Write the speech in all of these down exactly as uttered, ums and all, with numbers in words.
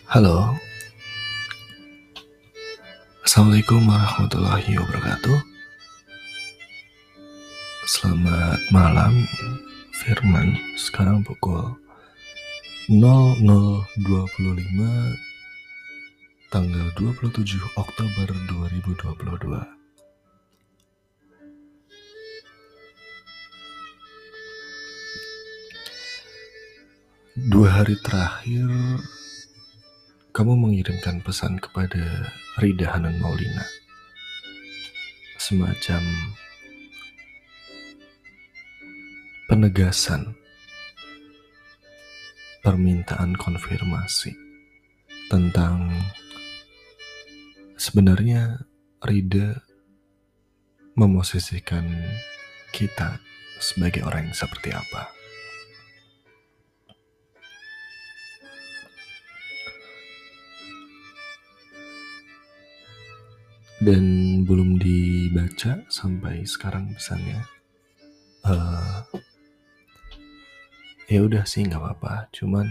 Halo, Assalamualaikum warahmatullahi wabarakatuh. Selamat malam, Firman. Sekarang pukul nol nol dua puluh lima tanggal dua puluh tujuh Oktober dua ribu dua puluh dua. Dua hari terakhir kamu mengirimkan pesan kepada Rida Hanan Maulina, semacam penegasan, permintaan konfirmasi tentang sebenarnya Rida memosisikan kita sebagai orang yang seperti apa. Dan belum dibaca sampai sekarang pesannya. Uh, ya udah sih nggak apa-apa, cuman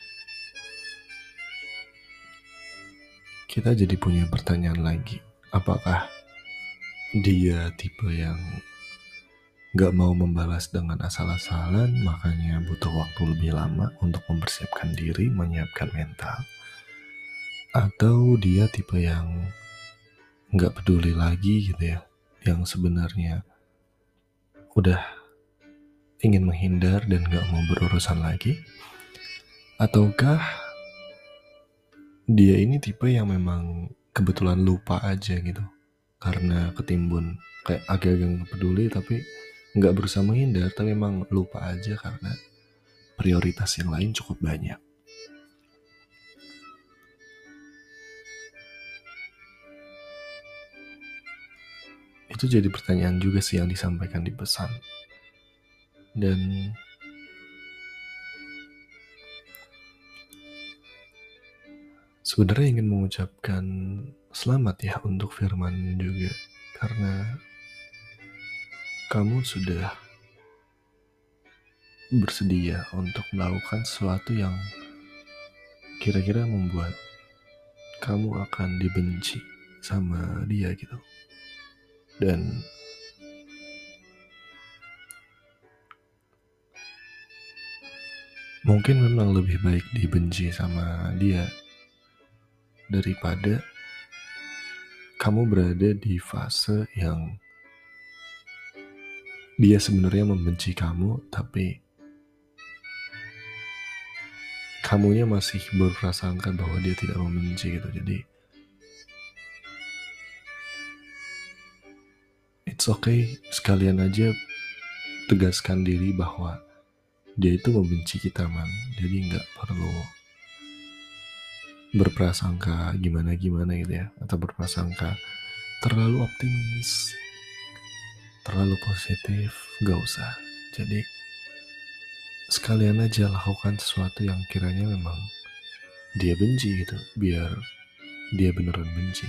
kita jadi punya pertanyaan lagi. Apakah dia tipe yang nggak mau membalas dengan asal-asalan, makanya butuh waktu lebih lama untuk mempersiapkan diri, menyiapkan mental? Atau dia tipe yang nggak peduli lagi gitu ya, yang sebenarnya udah ingin menghindar dan nggak mau berurusan lagi? Ataukah dia ini tipe yang memang kebetulan lupa aja gitu, karena ketimbun kayak agak-agak nggak peduli tapi nggak berusaha menghindar, tapi memang lupa aja karena prioritas yang lain cukup banyak. Itu jadi pertanyaan juga sih yang disampaikan di pesan. Dan sebenarnya ingin mengucapkan selamat ya untuk Firman juga, karena kamu sudah bersedia untuk melakukan sesuatu yang kira-kira membuat kamu akan dibenci sama dia gitu. Dan mungkin memang lebih baik dibenci sama dia daripada kamu berada di fase yang dia sebenarnya membenci kamu, tapi kamunya masih berprasangka bahwa dia tidak membenci gitu. Jadi it's okay, sekalian aja tegaskan diri bahwa dia itu membenci kita, man. Jadi nggak perlu berprasangka gimana-gimana gitu ya, atau berprasangka terlalu optimis, terlalu positif, gak usah. Jadi sekalian aja lakukan sesuatu yang kiranya memang dia benci gitu, biar dia beneran benci.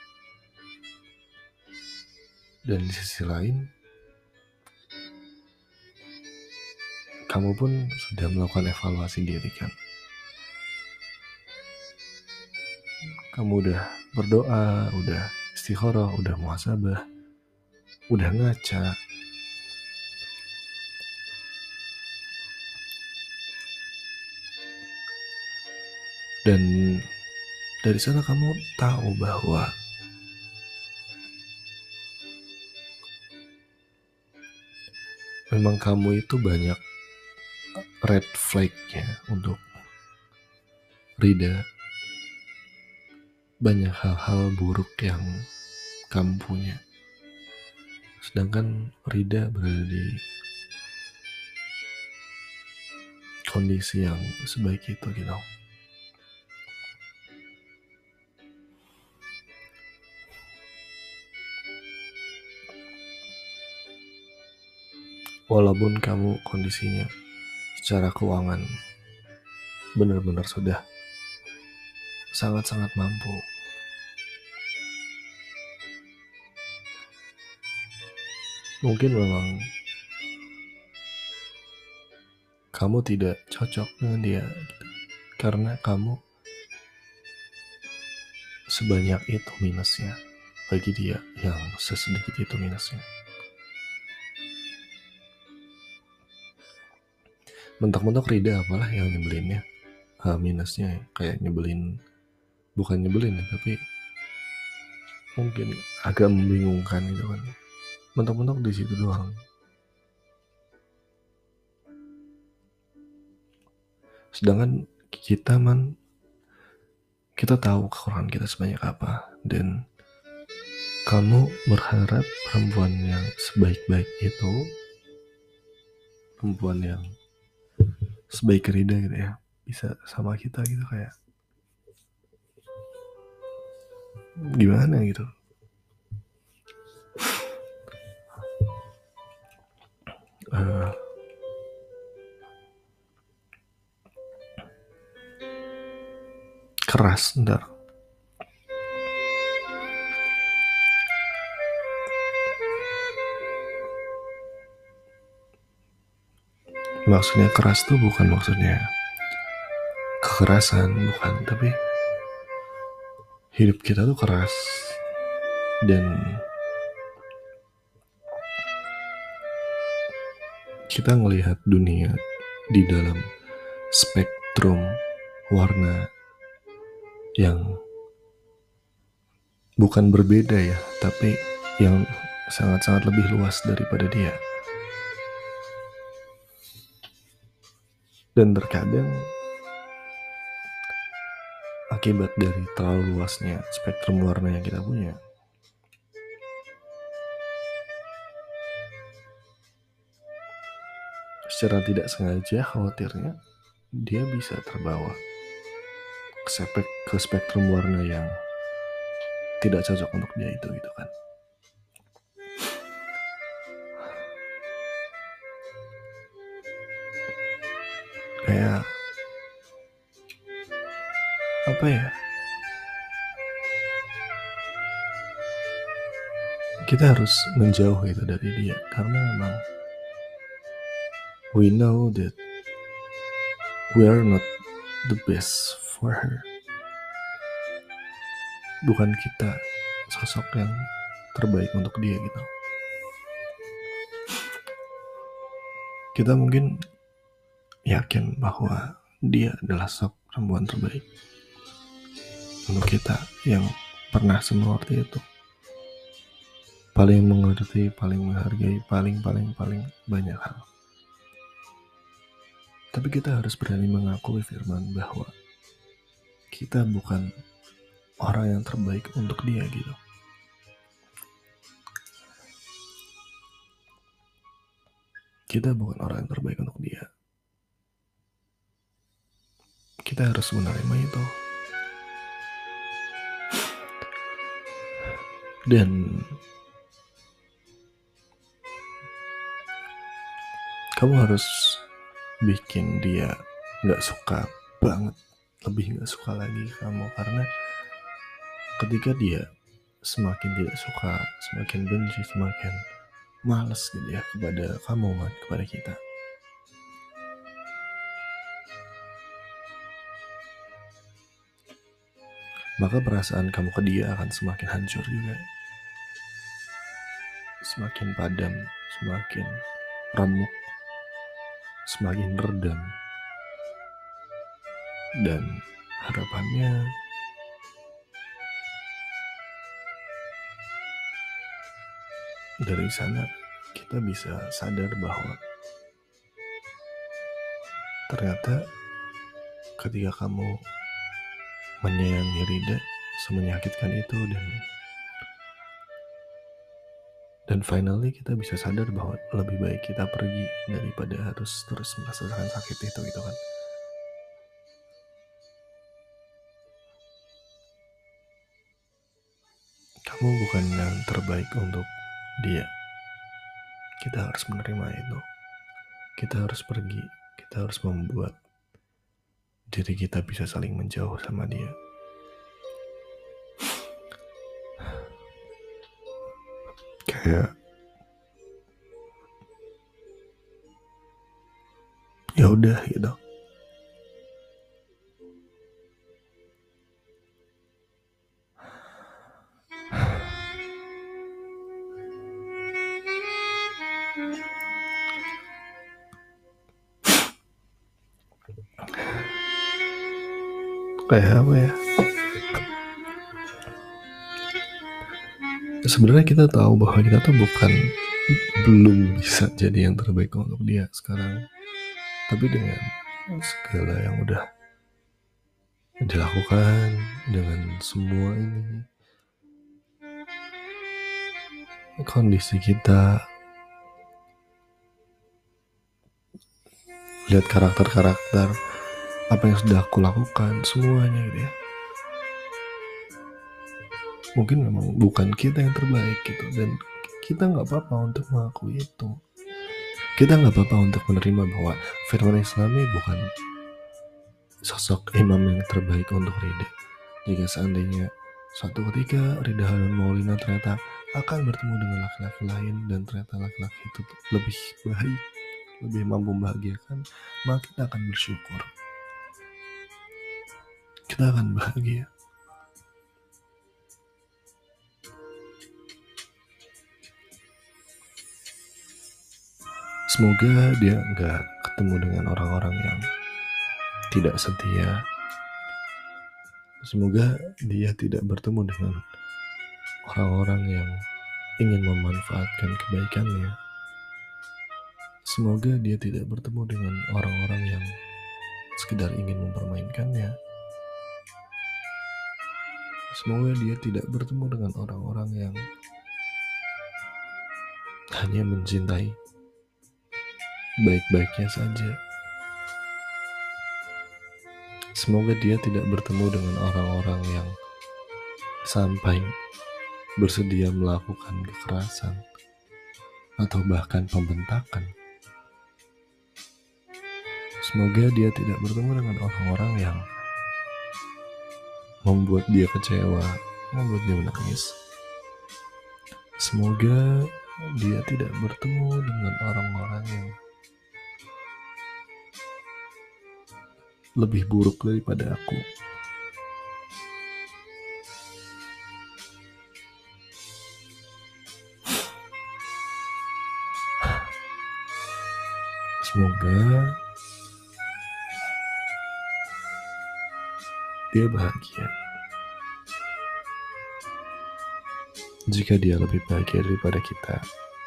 Dan di sisi lain, kamu pun sudah melakukan evaluasi diri kan. Kamu udah berdoa, udah istikharah, udah muhasabah, udah ngaca. Dan dari sana kamu tahu bahwa memang kamu itu banyak red flag-nya untuk Rida. Banyak hal-hal buruk yang kamu punya, sedangkan Rida berada di kondisi yang sebaik itu gitu. Walaupun kamu kondisinya secara keuangan benar-benar sudah sangat-sangat mampu, mungkin memang kamu tidak cocok dengan dia gitu. Karena kamu sebanyak itu minusnya bagi dia, yang sesedikit itu minusnya. Mentok-mentok Rida apalah yang nyebelinnya, uh, minusnya kayak nyebelin, bukan nyebelin ya, tapi mungkin agak membingungkan gitu kan. Mentok-mentok di situ doang. Sedangkan kita man, kita tahu kekurangan kita sebanyak apa, dan kamu berharap perempuan yang sebaik-baik itu, perempuan yang sebaik Rida gitu ya, bisa sama kita gitu, kayak gimana gitu. Uh, keras ntar. Maksudnya keras tuh bukan maksudnya kekerasan, bukan, tapi hidup kita tuh keras, dan kita ngelihat dunia di dalam spektrum warna yang bukan berbeda ya, tapi yang sangat-sangat lebih luas daripada dia. Dan terkadang akibat dari terlalu luasnya spektrum warna yang kita punya, secara tidak sengaja khawatirnya dia bisa terbawa ke, spek- ke spektrum warna yang tidak cocok untuk dia itu gitu kan. Kayak apa ya, kita harus menjauh itu dari dia, karena memang we know that we are not the best for her. Bukan kita sosok yang terbaik untuk dia gitu. Kita mungkin yakin bahwa dia adalah sosok perempuan terbaik untuk kita, yang pernah semengerti itu, paling mengerti, paling menghargai, paling paling paling banyak hal. Tapi kita harus berani mengakui, Firman, bahwa kita bukan orang yang terbaik untuk dia gitu. Kita bukan orang yang terbaik untuk dia. Kita harus menerima itu. Dan kamu harus bikin dia gak suka banget, lebih gak suka lagi kamu. Karena ketika dia semakin tidak suka, semakin benci, semakin malas gitu ya kepada kamu, kepada kita, maka perasaan kamu ke dia akan semakin hancur juga, semakin padam, semakin remuk, semakin redam. Dan harapannya dari sana kita bisa sadar bahwa ternyata ketika kamu menyayangi Rida semenyakitkan itu, dan dan finally kita bisa sadar bahwa lebih baik kita pergi daripada harus terus merasakan sakit itu gitu kan. Kamu bukan yang terbaik untuk dia. Kita harus menerima itu. Kita harus pergi. Kita harus membuat diri kita bisa saling menjauh sama dia. Kayak ya udah gitu. kayak apa ya, sebenarnya kita tahu bahwa kita tuh bukan belum bisa jadi yang terbaik untuk dia sekarang, tapi dengan segala yang udah dilakukan, dengan semua ini, kondisi kita, lihat karakter-karakter apa yang sudah aku lakukan, semuanya gitu ya, mungkin memang bukan kita yang terbaik gitu, dan kita nggak apa-apa untuk mengakui itu. Kita nggak apa-apa untuk menerima bahwa firman Islami bukan sosok imam yang terbaik untuk Rida. Jika seandainya suatu ketika Rida dan Maulina ternyata akan bertemu dengan laki-laki lain dan ternyata laki-laki itu lebih baik, lebih mampu membahagiakan, maka kita akan bersyukur. Kita akan bahagia. Semoga dia nggak ketemu dengan orang-orang yang tidak setia. Semoga dia tidak bertemu dengan orang-orang yang ingin memanfaatkan kebaikannya. Semoga dia tidak bertemu dengan orang-orang yang sekedar ingin mempermainkannya. Semoga dia tidak bertemu dengan orang-orang yang hanya mencintai baik-baiknya saja. Semoga dia tidak bertemu dengan orang-orang yang sampai bersedia melakukan kekerasan atau bahkan pembentakan. Semoga dia tidak bertemu dengan orang-orang yang membuat dia kecewa, membuat dia menangis. Semoga dia tidak bertemu dengan orang-orang yang lebih buruk daripada aku. Semoga dia bahagia. Jika dia lebih bahagia daripada kita,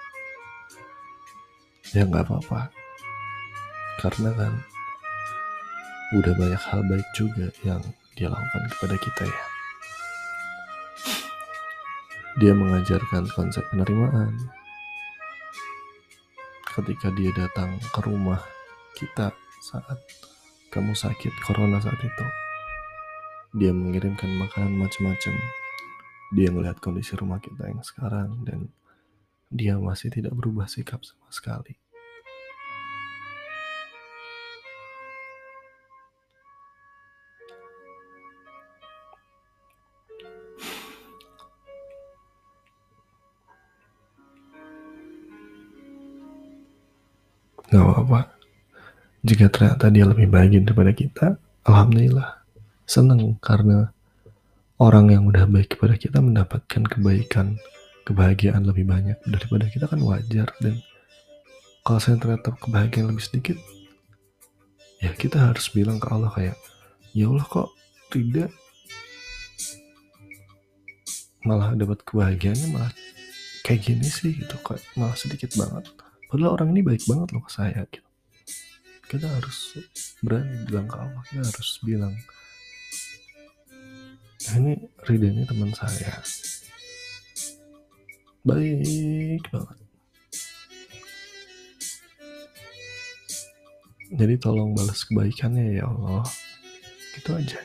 ya gak apa-apa. Karena kan udah banyak hal baik juga yang dia lakukan kepada kita ya. Dia mengajarkan konsep penerimaan. Ketika dia datang ke rumah kita saat kamu sakit corona saat itu, dia mengirimkan makanan macam-macam. Dia melihat kondisi rumah kita yang sekarang dan dia masih tidak berubah sikap sama sekali. Gak apa-apa. Jika ternyata dia lebih baik daripada kita, alhamdulillah. Senang karena orang yang udah baik kepada kita mendapatkan kebaikan, kebahagiaan lebih banyak daripada kita, kan wajar. Dan kalau saya ternyata kebahagiaan lebih sedikit, ya kita harus bilang ke Allah kayak, ya Allah kok tidak malah dapat kebahagiaannya malah kayak gini sih gitu, kok malah sedikit banget. Padahal orang ini baik banget loh ke saya gitu. Kita harus berani bilang ke Allah, kita harus bilang, nah, ini Rida ini teman saya, baik banget. Jadi tolong balas kebaikannya ya Allah. Gitu aja.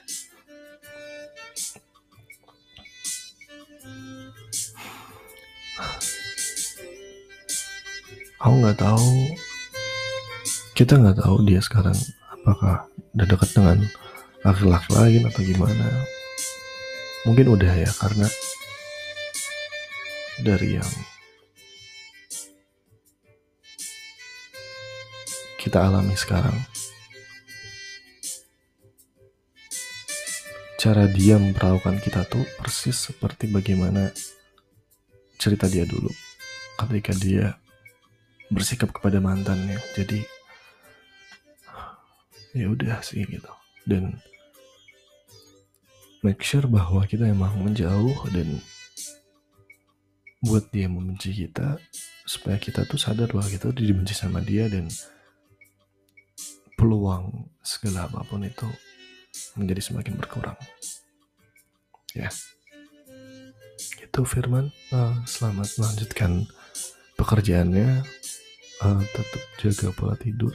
Aku nggak tahu, kita nggak tahu dia sekarang apakah udah dekat dengan laki-laki lain atau gimana. Mungkin udah ya, karena dari yang kita alami sekarang, cara dia memperlakukan kita tuh persis seperti bagaimana cerita dia dulu ketika dia bersikap kepada mantannya. Jadi ya udah sih gitu. Dan make sure bahwa kita emang menjauh dan buat dia membenci kita, supaya kita tuh sadar bahwa kita tuh dibenci sama dia dan peluang segala apapun itu menjadi semakin berkurang. Ya, itu Firman. Uh, selamat melanjutkan pekerjaannya. Uh, tetap jaga pola tidur.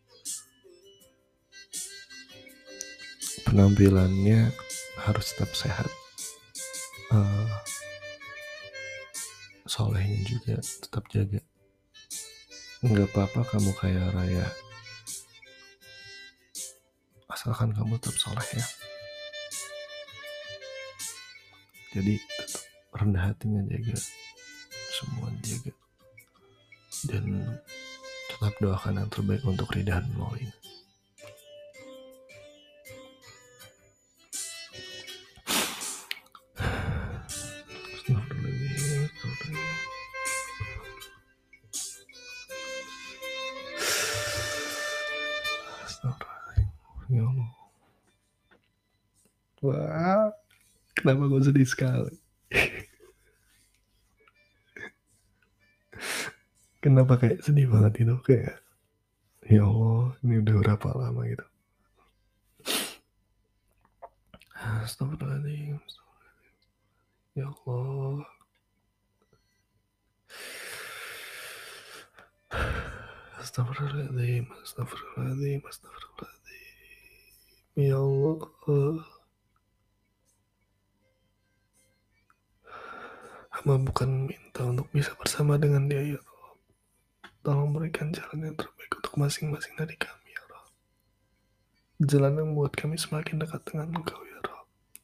Penampilannya harus tetap sehat. Uh, solehnya juga tetap jaga. Nggak apa-apa kamu kaya raya, asalkan kamu tetap soleh ya. Jadi tetap rendah hatinya jaga, semua jaga, dan tetap doakan yang terbaik untuk Rida dan Maulin. Ya Allah. Wah, kenapa gue sedih sekali? Kenapa kayak sedih banget itu, kayak ya Allah, ini udah berapa lama gitu. Astagfirullahaladzim, ya Allah. Astagfirullahaladzim, astagfirullahaladzim, astagfirullahaladzim. Ya Allah. Hamba bukan minta untuk bisa bersama dengan dia ya Allah. Tolong berikan jalan yang terbaik untuk masing-masing dari kami ya Allah. Jalan yang membuat kami semakin dekat dengan Engkau ya Allah.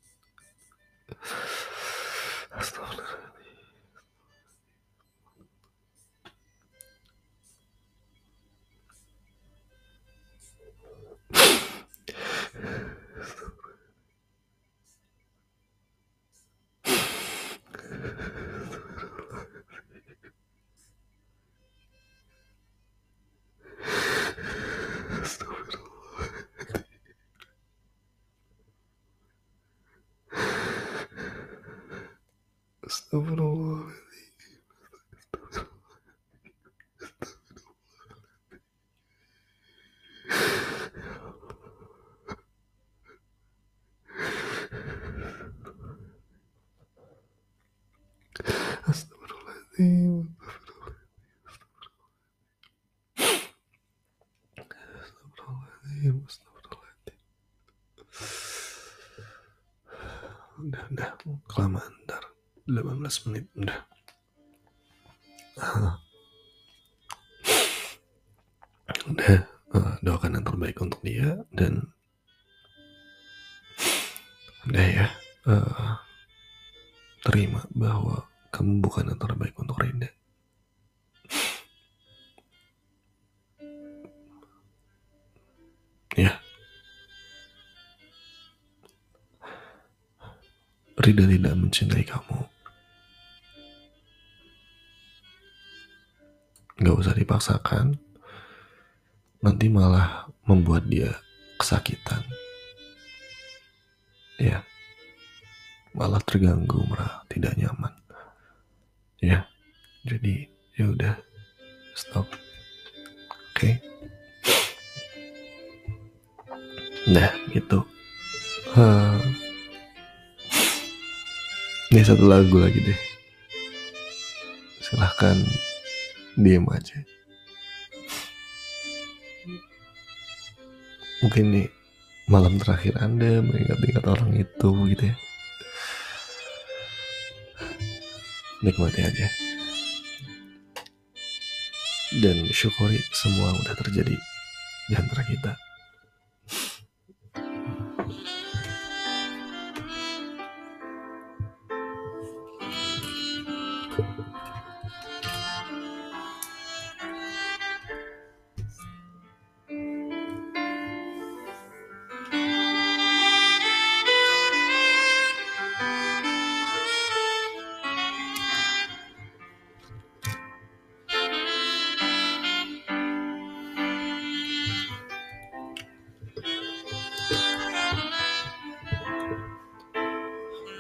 Astagfirullahaladzim. Astagfirullah. Astagfirullahaladzim. Astagfirullahaladzim. Astagfirullahaladzim. Udah, udah. Kelamaan, ntar. delapan belas menit, udah. Uh, udah, uh, doakan yang terbaik untuk dia, dan udah ya, uh, terima bahwa kamu bukan yang terbaik untuk Rida. Ya, Rida tidak mencintai kamu. Gak usah dipaksakan, nanti malah membuat dia kesakitan. Ya, malah terganggu, malah tidak nyaman. Ya, jadi ya udah, stop. Oke. Okay. Nah, gitu. Uh, ini satu lagu lagi deh. Silahkan diam aja. Mungkin nih malam terakhir Anda mengingat-ingat orang itu gitu ya. Nikmati aja. Dan syukuri semua udah terjadi di antara kita.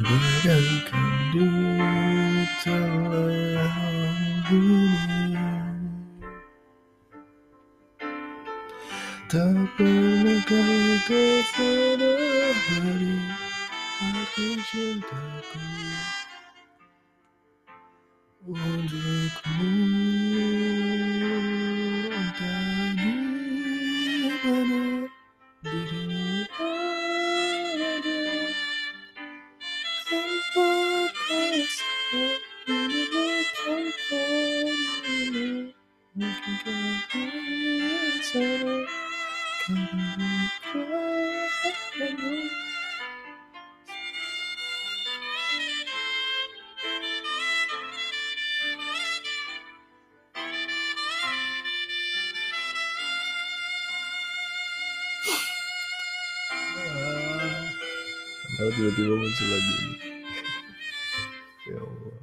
bagaikan di telan bumi, tak pernah kau tersadari arti cintaku untukmu. Entah di mana dirimu ada, tanpa rasa ini, tanpa dirimu mungkinkah di sana kau rindukanmu. Kenapa tiba-tiba muncul lagu ini? Ya Allah.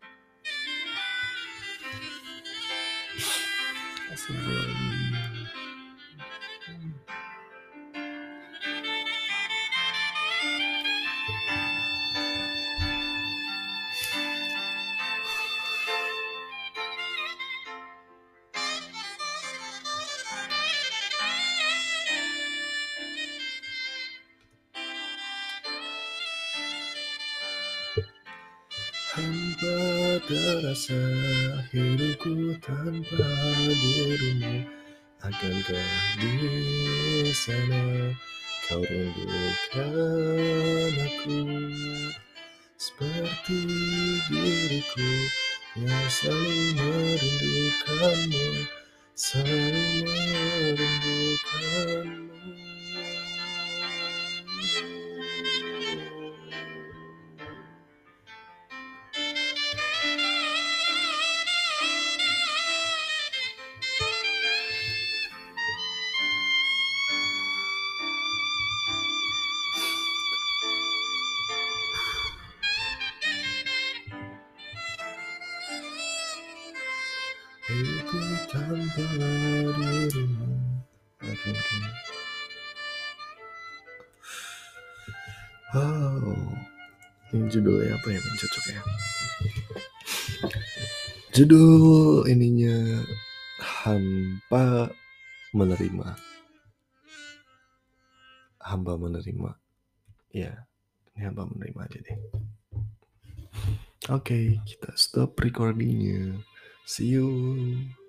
Astagfirullahaladzim. Tanpa terasa hidupku tanpa dirimu, akankah di sana kau rindukan aku seperti diriku yang selalu merindukanmu, selalu merindukanmu. Hidupku tanpa dirimu, akankah... Oh, ini judulnya apa ya, yang cocok ya? Judul ininya Hampa Menerima. Hamba menerima. Ya, ini hamba menerima aja deh. Oke, okay, kita stop recordingnya. See you.